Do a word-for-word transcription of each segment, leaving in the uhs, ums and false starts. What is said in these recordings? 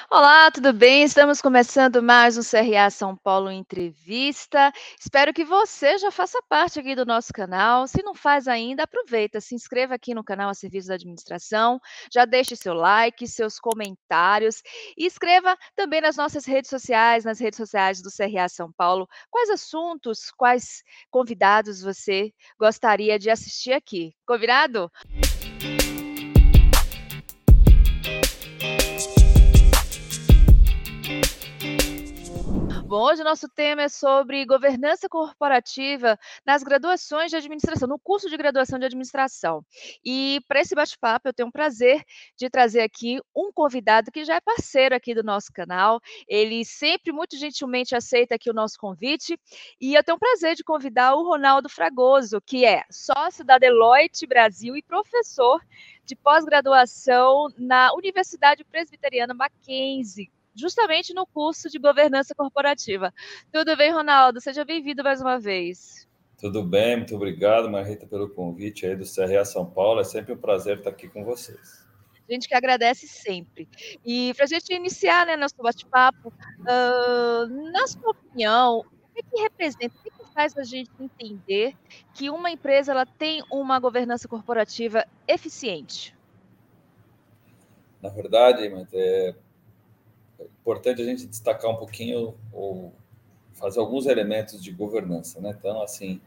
Olá, tudo bem? Estamos começando mais um C R A São Paulo Entrevista. Espero que você já faça parte aqui do nosso canal. Se não faz ainda, aproveita, se inscreva aqui no canal a Serviço da Administração, já deixe seu like, seus comentários e escreva também nas nossas redes sociais, nas redes sociais do C R A São Paulo, quais assuntos, quais convidados você gostaria de assistir aqui. Combinado? Bom, hoje o nosso tema é sobre governança corporativa nas graduações de administração, no curso de graduação de administração. E para esse bate-papo, eu tenho o prazer de trazer aqui um convidado que já é parceiro aqui do nosso canal. Ele sempre muito gentilmente aceita aqui o nosso convite. E eu tenho o prazer de convidar o Ronaldo Fragoso, que é sócio da Deloitte Brasil e professor de pós-graduação na Universidade Presbiteriana Mackenzie, justamente no curso de governança corporativa. Tudo bem, Ronaldo? Seja bem-vindo mais uma vez. Tudo bem, muito obrigado, Marita, pelo convite aí do C R A São Paulo. É sempre um prazer estar aqui com vocês. A gente que agradece sempre. E para a gente iniciar, né, nosso bate-papo, uh, na sua opinião, o que, que representa, o que, que faz a gente entender que uma empresa ela tem uma governança corporativa eficiente? Na verdade, Marita, é importante a gente destacar um pouquinho ou fazer alguns elementos de governança, né? Então, assim,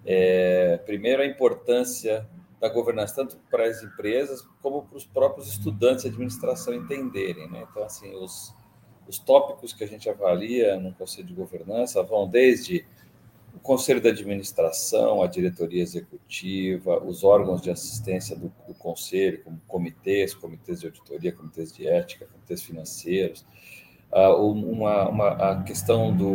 é, primeiro a importância da governança tanto para as empresas como para os próprios estudantes de administração entenderem, né? Então, assim, os os tópicos que a gente avalia no conselho de governança vão desde o conselho de administração, a diretoria executiva, os órgãos de assistência do, do conselho, como comitês, comitês de auditoria, comitês de ética, comitês financeiros, uh, uma, uma, a questão do,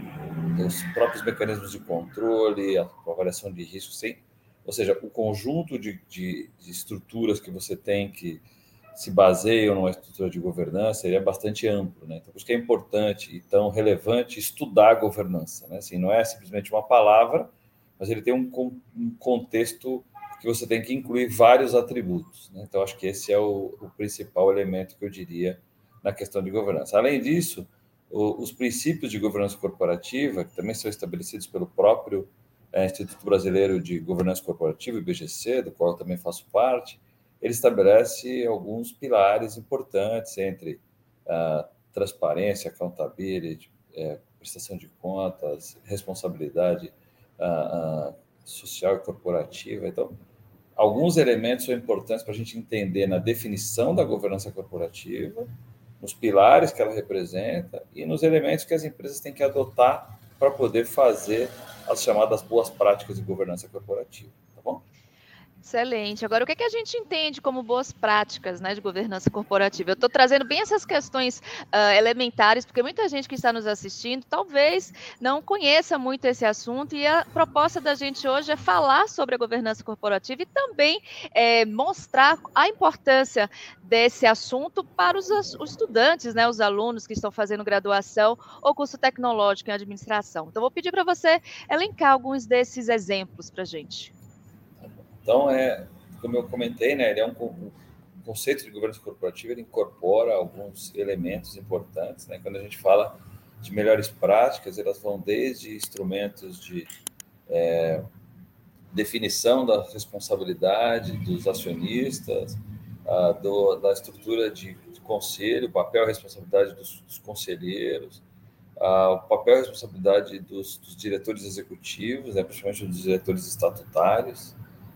dos próprios mecanismos de controle, a avaliação de risco, sim, ou seja, o conjunto de, de, de estruturas que você tem que se baseiam numa estrutura de governança, ele é bastante amplo, né? Então, por isso que é importante e tão relevante estudar a governança, né? Assim, não é simplesmente uma palavra, mas ele tem um, um contexto que você tem que incluir vários atributos, né? Então, acho que esse é o, o principal elemento que eu diria na questão de governança. Além disso, o, os princípios de governança corporativa, que também são estabelecidos pelo próprio é, Instituto Brasileiro de Governança Corporativa, I B G C, do qual eu também faço parte, ele estabelece alguns pilares importantes entre a transparência, accountability, é, prestação de contas, responsabilidade a, a social e corporativa. Então, alguns elementos são importantes para a gente entender na definição da governança corporativa, nos pilares que ela representa e nos elementos que as empresas têm que adotar para poder fazer as chamadas boas práticas de governança corporativa. Tá bom? Excelente. Agora, o que, é que a gente entende como boas práticas, né, de governança corporativa? Eu estou trazendo bem essas questões uh, elementares, porque muita gente que está nos assistindo talvez não conheça muito esse assunto, e a proposta da gente hoje é falar sobre a governança corporativa e também é, mostrar a importância desse assunto para os, os estudantes, né, os alunos que estão fazendo graduação ou curso tecnológico em administração. Então, vou pedir para você elencar alguns desses exemplos para a gente. Então, é, como eu comentei, né, ele é um, um conceito de governança corporativa, ele incorpora alguns elementos importantes, né? Quando a gente fala de melhores práticas, elas vão desde instrumentos de é, definição da responsabilidade dos acionistas, a, do, da estrutura de, de conselho, o papel e responsabilidade dos, dos conselheiros, a, o papel e responsabilidade dos, dos diretores executivos, né, principalmente dos diretores estatutários,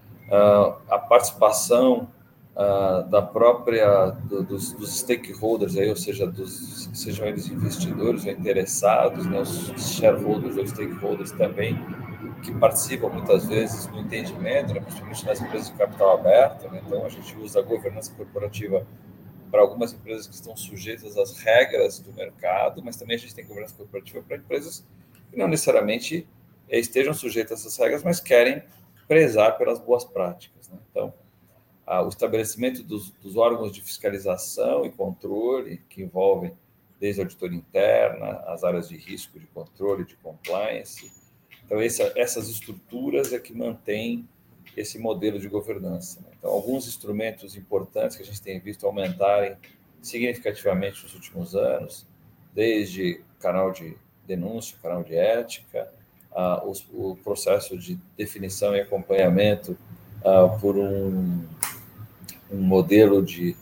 Uh, a participação uh, da própria do, dos, dos stakeholders, aí, ou seja, dos, sejam eles investidores ou interessados, né, os shareholders ou stakeholders também, que participam muitas vezes no entendimento, né, principalmente nas empresas de capital aberto. Né, então, a gente usa a governança corporativa para algumas empresas que estão sujeitas às regras do mercado, mas também a gente tem governança corporativa para empresas que não necessariamente estejam sujeitas a essas regras, mas querem prezar pelas boas práticas. Né? Então, a, o estabelecimento dos, dos órgãos de fiscalização e controle, que envolvem desde a auditoria interna, as áreas de risco, de controle, de compliance. Então, essa, essas estruturas é que mantêm esse modelo de governança. Né? Então, alguns instrumentos importantes que a gente tem visto aumentarem significativamente nos últimos anos, desde canal de denúncia, canal de ética, ah, os, o processo de definição e acompanhamento ah, por um, um modelo de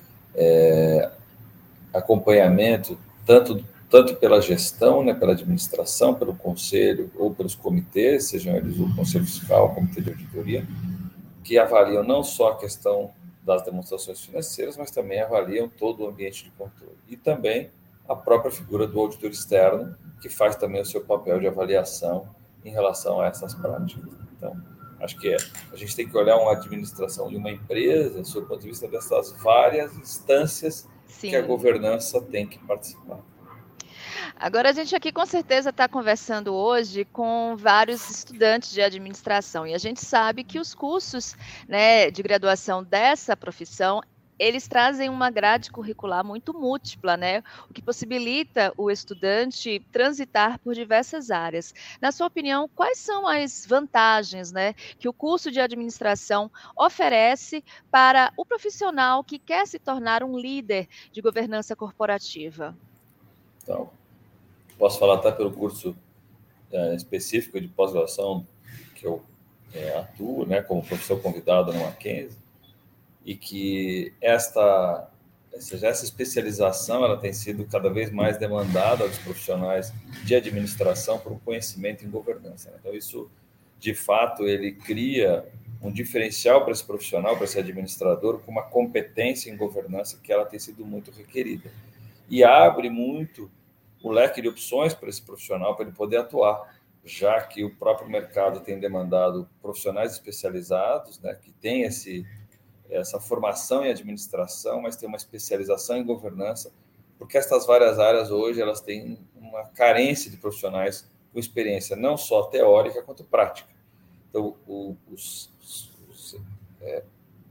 é, acompanhamento, tanto, tanto pela gestão, né, pela administração, pelo conselho ou pelos comitês, sejam eles o conselho fiscal, o comitê de auditoria, que avaliam não só a questão das demonstrações financeiras, mas também avaliam todo o ambiente de controle. E também a própria figura do auditor externo, que faz também o seu papel de avaliação em relação a essas práticas. Então, acho que é, a gente tem que olhar uma administração de uma empresa, sob o ponto de vista dessas várias instâncias Sim. que a governança tem que participar. Agora, a gente aqui com certeza está conversando hoje com vários estudantes de administração e a gente sabe que os cursos, né, de graduação dessa profissão, eles trazem uma grade curricular muito múltipla, né? O que possibilita o estudante transitar por diversas áreas. Na sua opinião, quais são as vantagens, né, que o curso de administração oferece para o profissional que quer se tornar um líder de governança corporativa? Então, posso falar até pelo curso é, específico de pós-graduação que eu é, atuo, né, como professor convidado no Mackenzie, e que esta, seja, essa especialização ela tem sido cada vez mais demandada dos profissionais de administração por um conhecimento em governança. Né? Então, isso, de fato, ele cria um diferencial para esse profissional, para esse administrador, com uma competência em governança que ela tem sido muito requerida. E abre muito o leque de opções para esse profissional, para ele poder atuar, já que o próprio mercado tem demandado profissionais especializados, né, que têm esse, essa formação em administração, mas tem uma especialização em governança, porque estas várias áreas hoje elas têm uma carência de profissionais com experiência não só teórica quanto prática. Então, o, os, os, é,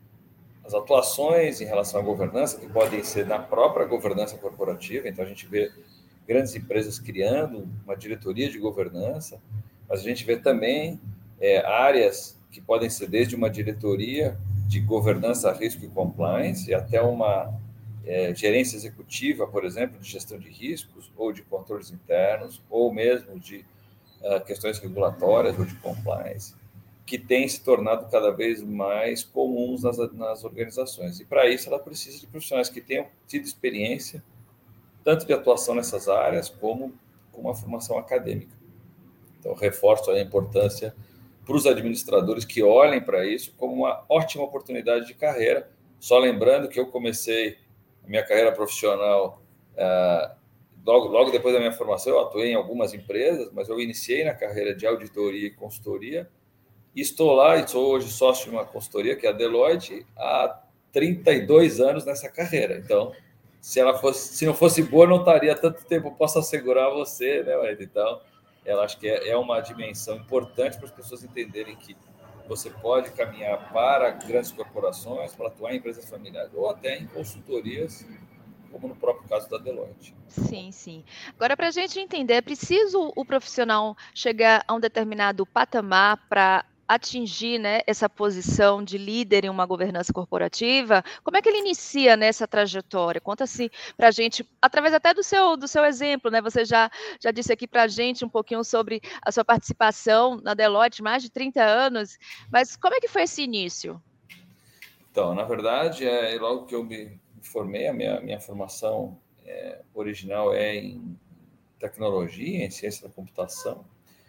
as atuações em relação à governança, que podem ser na própria governança corporativa, então a gente vê grandes empresas criando uma diretoria de governança, mas a gente vê também é, áreas que podem ser desde uma diretoria de governança, risco e compliance, e até uma é, gerência executiva, por exemplo, de gestão de riscos, ou de controles internos, ou mesmo de uh, questões regulatórias ou de compliance, que têm se tornado cada vez mais comuns nas, nas organizações. E, para isso, ela precisa de profissionais que tenham tido experiência tanto de atuação nessas áreas, como com uma formação acadêmica. Então, reforço a importância para os administradores que olhem para isso como uma ótima oportunidade de carreira. Só lembrando que eu comecei a minha carreira profissional ah, logo, logo depois da minha formação, eu atuei em algumas empresas, mas eu iniciei na carreira de auditoria e consultoria, e estou lá, e sou hoje sócio de uma consultoria, que é a Deloitte, há trinta e dois anos nessa carreira. Então, se ela fosse, se não fosse boa, não estaria tanto tempo, eu posso assegurar a você, né, Wade? Então, ela acho que é, é uma dimensão importante para as pessoas entenderem que você pode caminhar para grandes corporações, para atuar em empresas familiares, ou até em consultorias, como no próprio caso da Deloitte. Sim, sim. Agora, para a gente entender, é preciso o profissional chegar a um determinado patamar para atingir, né, essa posição de líder em uma governança corporativa? Como é que ele inicia nessa trajetória? Conta-se para a gente, através até do seu, do seu exemplo, né? Você já, já disse aqui para a gente um pouquinho sobre a sua participação na Deloitte, mais de trinta anos, mas como é que foi esse início? Então, na verdade, é, logo que eu me formei, a minha, minha formação é, original é em tecnologia, em ciência da computação,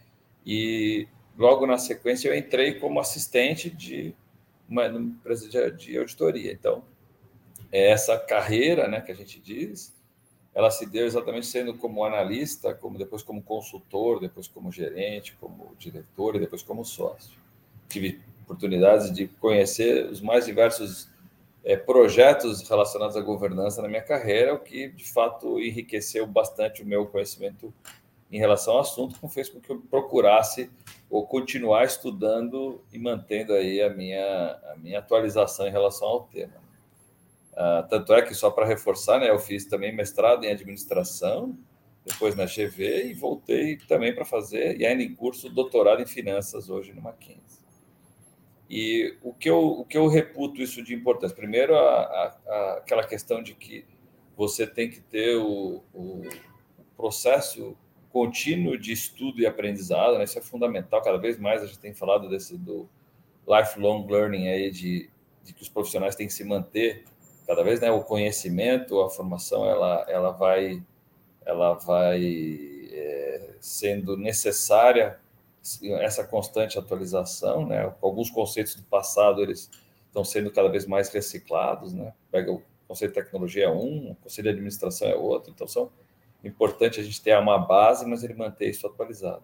e logo na sequência eu entrei como assistente de uma, uma empresa de, de auditoria. Então, essa carreira, né, que a gente diz, ela se deu exatamente sendo como analista, como depois como consultor, depois como gerente, como diretor e depois como sócio. Tive oportunidades de conhecer os mais diversos é, projetos relacionados à governança na minha carreira, o que de fato enriqueceu bastante o meu conhecimento em relação ao assunto, como fez com que eu procurasse ou continuar estudando e mantendo aí a minha, a minha atualização em relação ao tema. Uh, tanto é que, só para reforçar, né, eu fiz também mestrado em administração, depois na G V, e voltei também para fazer, e ainda em curso, doutorado em finanças hoje no Mackenzie. E o que eu, o que eu reputo isso de importância? Primeiro, a, a, a, aquela questão de que você tem que ter o, o processo contínuo de estudo e aprendizado, né? Isso é fundamental. Cada vez mais a gente tem falado desse do lifelong learning aí, de, de que os profissionais têm que se manter cada vez, né? O conhecimento, a formação, ela, ela vai, ela vai é, sendo necessária, essa constante atualização, né? Alguns conceitos do passado, eles estão sendo cada vez mais reciclados, né? Pega o conceito de tecnologia é um, o conceito de administração é outro, então são importante a gente ter uma base, mas ele manter isso atualizado.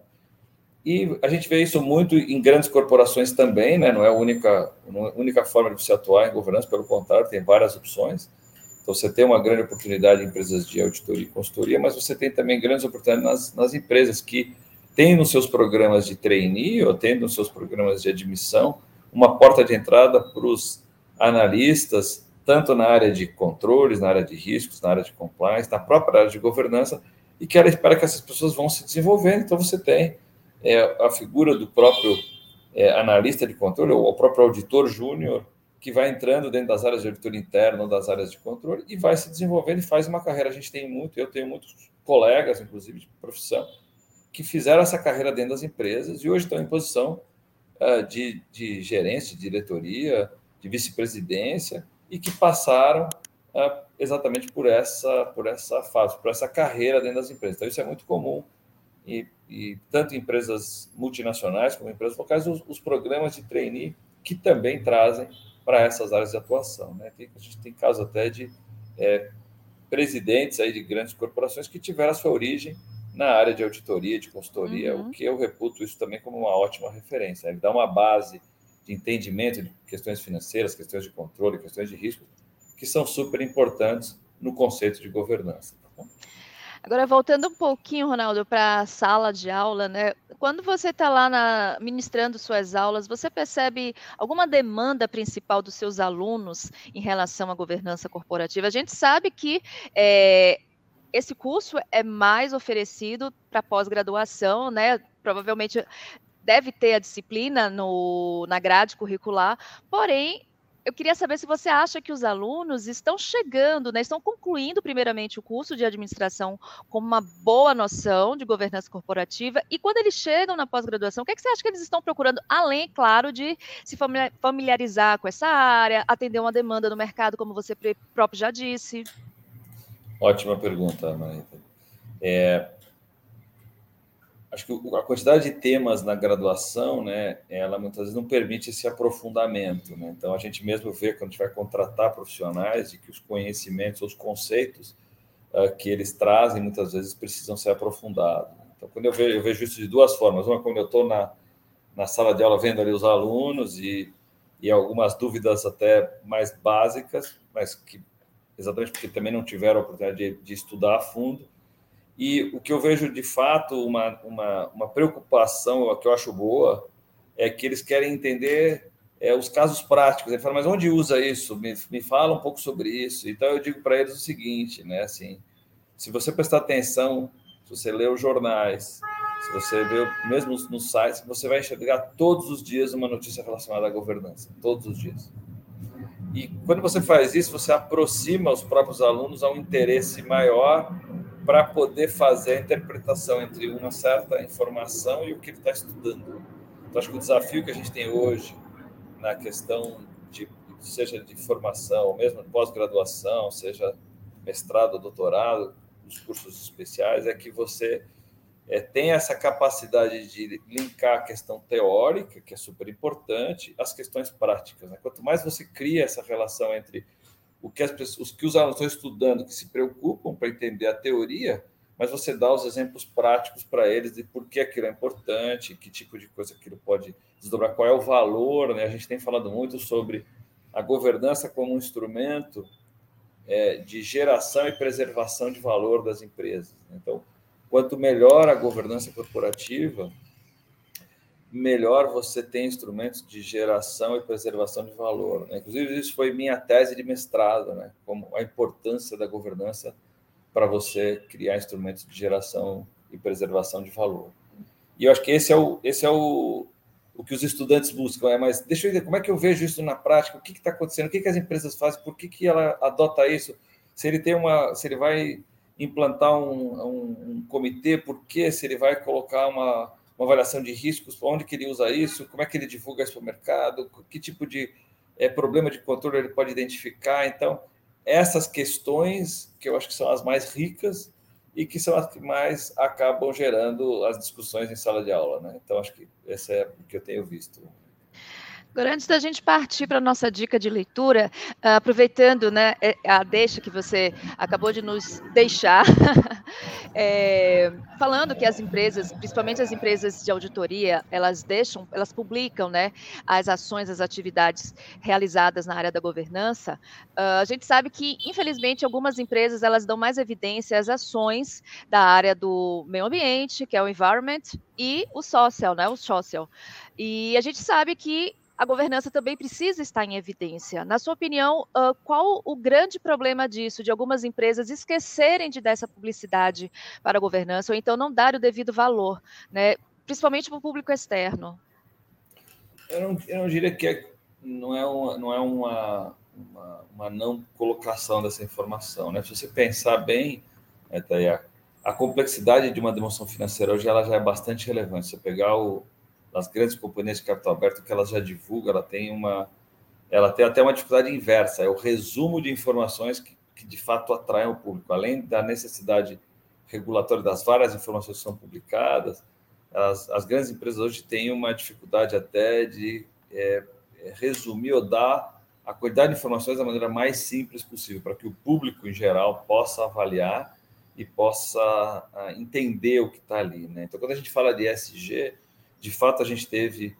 E a gente vê isso muito em grandes corporações também, né? Não é a única, a única forma de você atuar em governança, pelo contrário, tem várias opções. Então, você tem uma grande oportunidade em empresas de auditoria e consultoria, mas você tem também grandes oportunidades nas, nas empresas que têm nos seus programas de trainee ou têm nos seus programas de admissão uma porta de entrada para os analistas, tanto na área de controles, na área de riscos, na área de compliance, na própria área de governança, e que ela espera que essas pessoas vão se desenvolvendo. Então, você tem é, a figura do próprio é, analista de controle, ou o próprio auditor júnior, que vai entrando dentro das áreas de auditoria interna ou das áreas de controle e vai se desenvolvendo e faz uma carreira. A gente tem muito, eu tenho muitos colegas, inclusive, de profissão, que fizeram essa carreira dentro das empresas e hoje estão em posição uh, de, de gerência, de diretoria, de vice-presidência, e que passaram uh, exatamente por essa, por essa fase, por essa carreira dentro das empresas. Então, isso é muito comum, e, e tanto em empresas multinacionais como em empresas locais, os, os programas de trainee que também trazem para essas áreas de atuação, né? Tem, a gente tem casos até de é, presidentes aí de grandes corporações que tiveram a sua origem na área de auditoria, de consultoria, uhum. O que eu reputo isso também como uma ótima referência. Ele dá uma base de entendimento de questões financeiras, questões de controle, questões de risco, que são super importantes no conceito de governança. Tá bom? Agora, voltando um pouquinho, Ronaldo, para a sala de aula, né? Quando você está lá na, ministrando suas aulas, você percebe alguma demanda principal dos seus alunos em relação à governança corporativa? A gente sabe que é, esse curso é mais oferecido para pós-graduação, né? Provavelmente deve ter a disciplina no, na grade curricular, porém, eu queria saber se você acha que os alunos estão chegando, né, estão concluindo primeiramente o curso de administração com uma boa noção de governança corporativa, e quando eles chegam na pós-graduação, o que, é que você acha que eles estão procurando, além, claro, de se familiarizar com essa área, atender uma demanda do mercado, como você próprio já disse? Ótima pergunta, Marita. É, acho que a quantidade de temas na graduação, né, ela muitas vezes não permite esse aprofundamento, né? Então, a gente mesmo vê, quando a gente vai contratar profissionais, de que os conhecimentos, os conceitos uh, que eles trazem, muitas vezes precisam ser aprofundados. Então, quando eu vejo, eu vejo isso de duas formas. Uma, quando eu estou na, na sala de aula vendo ali os alunos e, e algumas dúvidas até mais básicas, mas que exatamente porque também não tiveram a oportunidade de, de estudar a fundo. E o que eu vejo, de fato, uma, uma, uma preocupação que eu acho boa é que eles querem entender é, os casos práticos. Eles falam, mas onde usa isso? Me, me fala um pouco sobre isso. Então, eu digo para eles o seguinte, né? Assim, se você prestar atenção, se você ler os jornais, se você ver mesmo nos sites, você vai enxergar todos os dias uma notícia relacionada à governança. Todos os dias. E quando você faz isso, você aproxima os próprios alunos a um interesse maior para poder fazer a interpretação entre uma certa informação e o que ele está estudando. Então, acho que o desafio que a gente tem hoje na questão de, seja de formação, mesmo pós-graduação, seja mestrado, doutorado, os cursos especiais, é que você é, tem essa capacidade de linkar a questão teórica, que é super importante, às questões práticas, né? Quanto mais você cria essa relação entre o que as pessoas, os que os alunos estão estudando, que se preocupam para entender a teoria, mas você dá os exemplos práticos para eles de por que aquilo é importante, que tipo de coisa aquilo pode desdobrar, qual é o valor, né? A gente tem falado muito sobre a governança como um instrumento é, de geração e preservação de valor das empresas. Então, quanto melhor a governança corporativa, melhor você tem instrumentos de geração e preservação de valor, né? Inclusive, isso foi minha tese de mestrado, né? Como a importância da governança para você criar instrumentos de geração e preservação de valor. E eu acho que esse é o, esse é o, o que os estudantes buscam. É, mas deixa eu ver como é que eu vejo isso na prática, o que está acontecendo, o que, que as empresas fazem, por que, que ela adota isso, se ele tem uma, se ele vai implantar um, um, um comitê, por quê? Se ele vai colocar uma, uma avaliação de riscos, onde que ele usa isso, como é que ele divulga isso para o mercado, que tipo de é, problema de controle ele pode identificar. Então, essas questões que eu acho que são as mais ricas e que são as que mais acabam gerando as discussões em sala de aula, né? Então, acho que esse é o que eu tenho visto. Agora, antes da gente partir para a nossa dica de leitura, aproveitando, né, a deixa que você acabou de nos deixar, é, falando que as empresas, principalmente as empresas de auditoria, elas deixam, elas publicam, né, as ações, as atividades realizadas na área da governança. Uh, a gente sabe que, infelizmente, algumas empresas elas dão mais evidência às ações da área do meio ambiente, que é o environment, e o social, né, o social. E a gente sabe que a governança também precisa estar em evidência. Na sua opinião, uh, qual o grande problema disso, de algumas empresas esquecerem de dar essa publicidade para a governança, ou então não dar o devido valor, né, principalmente para o público externo? Eu não, eu não diria que é, não é, uma, não, é uma, uma, uma não colocação dessa informação, né? Se você pensar bem, é, tá aí, a, a complexidade de uma demonstração financeira hoje ela já é bastante relevante. Se você pegar o as grandes companhias de capital aberto que elas já divulgam, ela tem uma, ela tem até uma dificuldade inversa, é o resumo de informações que, que de fato atraem o público, além da necessidade regulatória das várias informações que são publicadas, as, as grandes empresas hoje têm uma dificuldade até de é, resumir ou dar a quantidade de informações da maneira mais simples possível, para que o público em geral possa avaliar e possa entender o que está ali, né? Então, quando a gente fala de E S G, de fato, a gente teve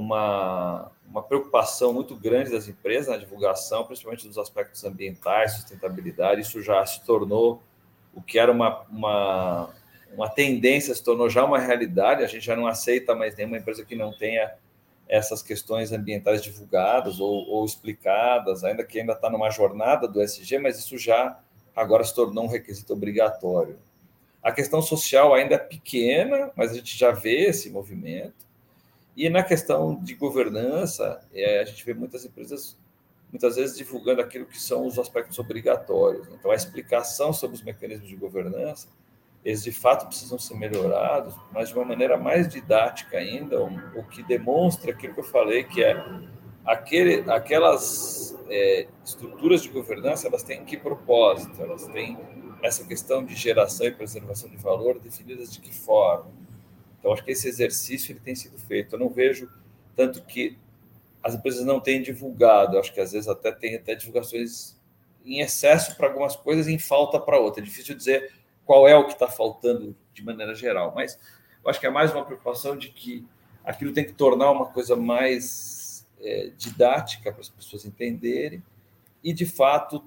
uma, uma preocupação muito grande das empresas na divulgação, principalmente dos aspectos ambientais, sustentabilidade. Isso já se tornou o que era uma, uma, uma tendência, se tornou já uma realidade. A gente já não aceita mais nenhuma empresa que não tenha essas questões ambientais divulgadas ou, ou explicadas, ainda que ainda está numa jornada do E S G, mas isso já agora se tornou um requisito obrigatório. A questão social ainda é pequena, mas a gente já vê esse movimento. E na questão de governança, é, a gente vê muitas empresas, muitas vezes, divulgando aquilo que são os aspectos obrigatórios. Então, a explicação sobre os mecanismos de governança, eles de fato precisam ser melhorados, mas de uma maneira mais didática ainda, o, o que demonstra aquilo que eu falei, que é aquele, aquelas é, estruturas de governança, elas têm que propósito, elas têm essa questão de geração e preservação de valor definidas de que forma. Então, acho que esse exercício ele tem sido feito. Eu não vejo tanto que as empresas não têm divulgado. Acho que, às vezes, até tem até divulgações em excesso para algumas coisas e em falta para outras. É difícil dizer qual é o que está faltando de maneira geral. Mas eu acho que é mais uma preocupação de que aquilo tem que tornar uma coisa mais é, didática para as pessoas entenderem e, de fato,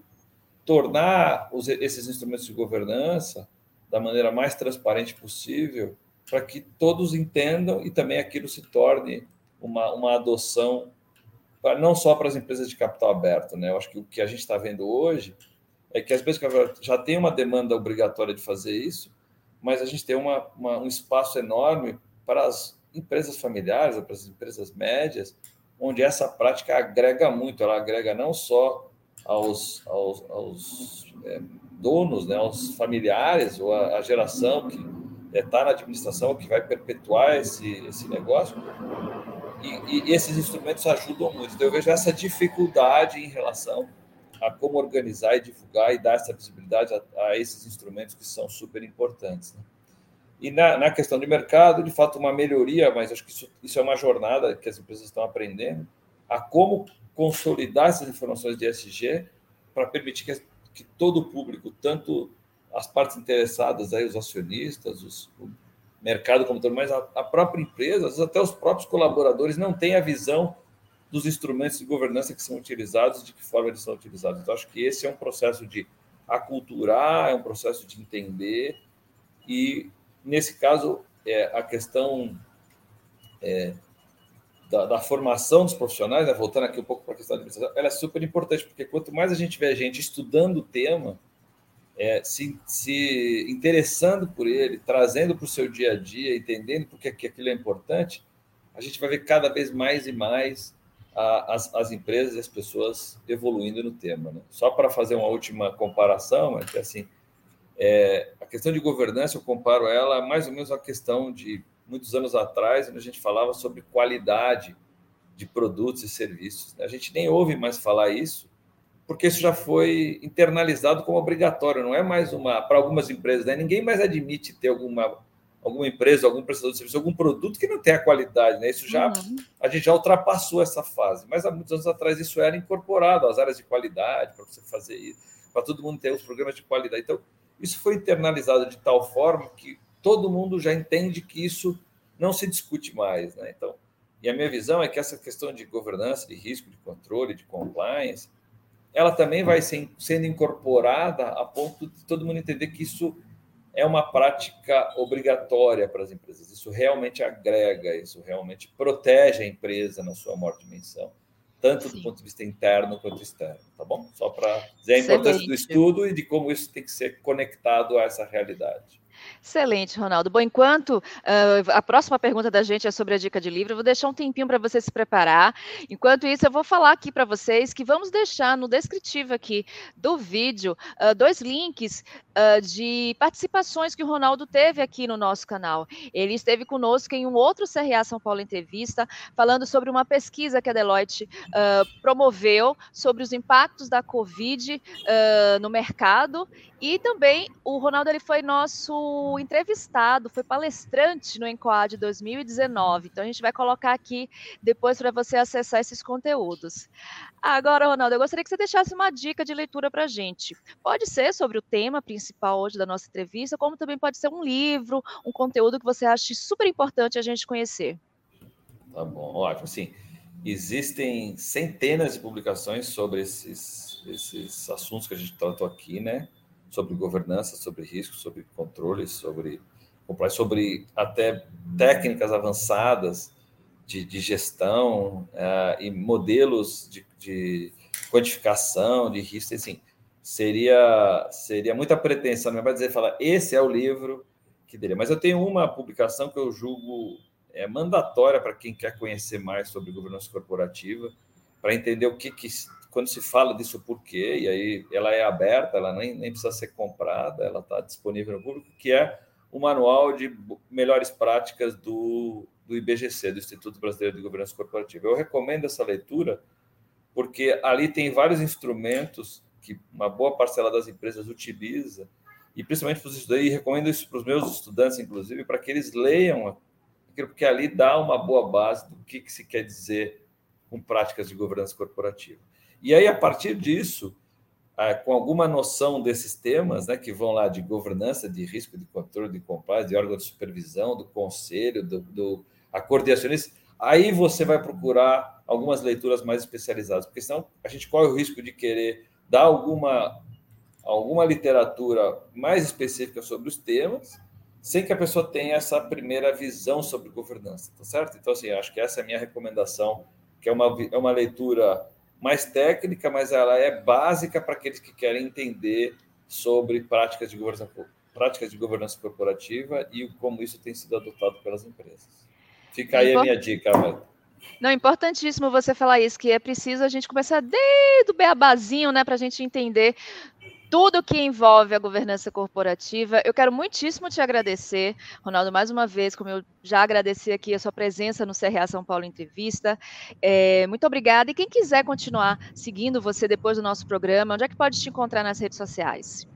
tornar os, esses instrumentos de governança da maneira mais transparente possível para que todos entendam e também aquilo se torne uma, uma adoção, pra, não só para as empresas de capital aberto, né? Eu acho que o que a gente está vendo hoje é que as empresas já têm uma demanda obrigatória de fazer isso, mas a gente tem uma, uma, um espaço enorme para as empresas familiares, para as empresas médias, onde essa prática agrega muito, ela agrega não só aos, aos, aos é, donos, né, aos familiares, ou a, a geração que está é, na administração, que vai perpetuar esse, esse negócio, e, e esses instrumentos ajudam muito. Então, eu vejo essa dificuldade em relação a como organizar e divulgar e dar essa visibilidade a, a esses instrumentos que são super importantes, né? E na, na questão de mercado, de fato, uma melhoria, mas acho que isso, isso é uma jornada que as empresas estão aprendendo, a como consolidar essas informações de E S G para permitir que, que todo o público, tanto as partes interessadas, aí, os acionistas, os, o mercado como todo, mas a, a própria empresa, às vezes até os próprios colaboradores não têm a visão dos instrumentos de governança que são utilizados e de que forma eles são utilizados. Então, acho que esse é um processo de aculturar, é um processo de entender e, nesse caso, é, a questão é, da, da formação dos profissionais, né, voltando aqui um pouco para a questão da administração, ela é super importante, porque quanto mais a gente vê a gente estudando o tema, é, se, se interessando por ele, trazendo para o seu dia a dia, entendendo porque que aquilo é importante, a gente vai ver cada vez mais e mais a, as, as empresas e as pessoas evoluindo no tema, né? Só para fazer uma última comparação, é que assim, é, a questão de governança, eu comparo ela mais ou menos à questão de muitos anos atrás, onde a gente falava sobre qualidade de produtos e serviços. A gente nem ouve mais falar isso, porque isso já foi internalizado como obrigatório, não é mais uma, para algumas empresas, né? Ninguém mais admite ter alguma, alguma empresa, algum prestador de serviço, algum produto que não tenha qualidade, né? Isso já, Uhum. a gente já ultrapassou essa fase, mas há muitos anos atrás isso era incorporado às áreas de qualidade, para você fazer isso, para todo mundo ter os programas de qualidade. Então, isso foi internalizado de tal forma que todo mundo já entende que isso não se discute mais, né? Então, e a minha visão é que essa questão de governança, de risco, de controle, de compliance, ela também vai sendo incorporada a ponto de todo mundo entender que isso é uma prática obrigatória para as empresas. Isso realmente agrega, isso realmente protege a empresa na sua maior dimensão, tanto do Sim. ponto de vista interno quanto externo, tá bom? Só para dizer a importância do Excelente. estudo e de como isso tem que ser conectado a essa realidade. Excelente, Ronaldo. Bom, enquanto uh, a próxima pergunta da gente é sobre a dica de livro, eu vou deixar um tempinho para você se preparar. Enquanto isso, eu vou falar aqui para vocês que vamos deixar no descritivo aqui do vídeo uh, dois links uh, de participações que o Ronaldo teve aqui no nosso canal. Ele esteve conosco em um outro C R A São Paulo Entrevista, falando sobre uma pesquisa que a Deloitte uh, promoveu sobre os impactos da Covid uh, no mercado. E também o Ronaldo ele foi nosso entrevistado, foi palestrante no ENCOAD dois mil e dezenove. Então a gente vai colocar aqui depois para você acessar esses conteúdos. Agora, Ronaldo, eu gostaria que você deixasse uma dica de leitura para a gente. Pode ser sobre o tema principal hoje da nossa entrevista, como também pode ser um livro, um conteúdo que você ache super importante a gente conhecer. Tá bom, ótimo. Assim, existem centenas de publicações sobre esses, esses assuntos que a gente tratou aqui, né? Sobre governança, sobre risco, sobre controle, sobre sobre até técnicas avançadas de, de gestão uh, e modelos de, de quantificação de risco. Assim, seria, seria muita pretensão, não vai dizer, falar, esse é o livro que deveria. Mas eu tenho uma publicação que eu julgo é mandatória para quem quer conhecer mais sobre governança corporativa, para entender o que, que quando se fala disso, por quê, e aí ela é aberta, ela nem, nem precisa ser comprada, ela está disponível no público, que é o Manual de Melhores Práticas do, do I B G C, do Instituto Brasileiro de Governança Corporativa. Eu recomendo essa leitura, porque ali tem vários instrumentos que uma boa parcela das empresas utiliza, e principalmente para os estudantes, e recomendo isso para os meus estudantes, inclusive, para que eles leiam, porque ali dá uma boa base do que, que se quer dizer com práticas de governança corporativa. E aí, a partir disso, com alguma noção desses temas, né, que vão lá de governança, de risco, de controle, de compliance, de órgão de supervisão, do conselho, do, do acordeacionista, aí você vai procurar algumas leituras mais especializadas, porque senão a gente corre o risco de querer dar alguma, alguma literatura mais específica sobre os temas, sem que a pessoa tenha essa primeira visão sobre governança, tá certo? Então, assim, acho que essa é a minha recomendação, que é uma, é uma leitura mais técnica, mas ela é básica para aqueles que querem entender sobre práticas de governança, práticas de governança corporativa e como isso tem sido adotado pelas empresas. Fica aí a minha dica, Amanda. Não, importantíssimo você falar isso, que é preciso a gente começar desde o beabazinho, né, para a gente entender tudo que envolve a governança corporativa. Eu quero muitíssimo te agradecer, Ronaldo, mais uma vez, como eu já agradeci aqui a sua presença no C R A São Paulo Entrevista. É, muito obrigada. E quem quiser continuar seguindo você depois do nosso programa, onde é que pode te encontrar nas redes sociais?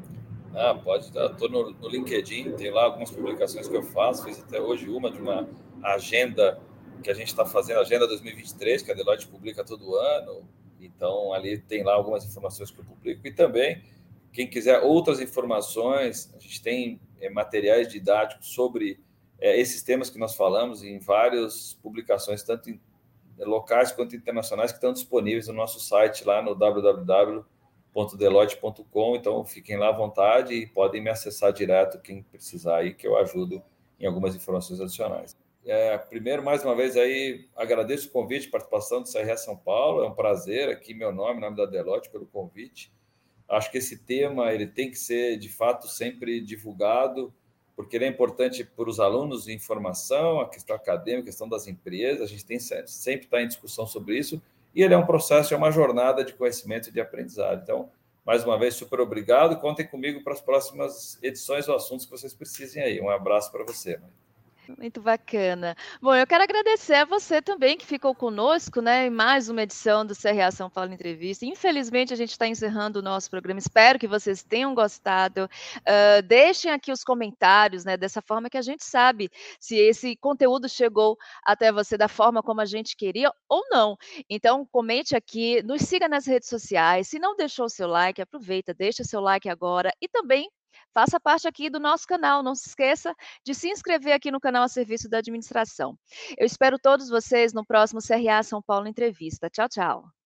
Ah, pode. Estou no, no LinkedIn, tem lá algumas publicações que eu faço. Fiz até hoje uma de uma agenda que a gente está fazendo, a Agenda dois mil e vinte e três, que a Deloitte publica todo ano. Então, ali tem lá algumas informações que eu publico. E também, quem quiser outras informações, a gente tem é, materiais didáticos sobre é, esses temas que nós falamos em várias publicações, tanto em, é, locais quanto internacionais, que estão disponíveis no nosso site, lá no w w w ponto deloitte ponto com. Então, fiquem lá à vontade e podem me acessar direto, quem precisar aí, que eu ajudo em algumas informações adicionais. É, primeiro, mais uma vez, aí, agradeço o convite, participação do C R A São Paulo, é um prazer aqui, meu nome, nome da Deloitte, pelo convite. Acho que esse tema ele tem que ser, de fato, sempre divulgado, porque ele é importante para os alunos de informação, a questão acadêmica, a questão das empresas, a gente tem sempre está em discussão sobre isso, e ele é um processo, é uma jornada de conhecimento e de aprendizado. Então, mais uma vez, super obrigado, contem comigo para as próximas edições ou assuntos que vocês precisem aí. Um abraço para você, Maite. Muito bacana. Bom, eu quero agradecer a você também que ficou conosco, né, em mais uma edição do C R A São Paulo Entrevista. Infelizmente, a gente está encerrando o nosso programa. Espero que vocês tenham gostado. Uh, deixem aqui os comentários, né, dessa forma que a gente sabe se esse conteúdo chegou até você da forma como a gente queria ou não. Então, comente aqui, nos siga nas redes sociais. Se não deixou o seu like, aproveita, deixa seu like agora e também faça parte aqui do nosso canal. Não se esqueça de se inscrever aqui no canal a serviço da administração. Eu espero todos vocês no próximo C R A São Paulo Entrevista. Tchau, tchau.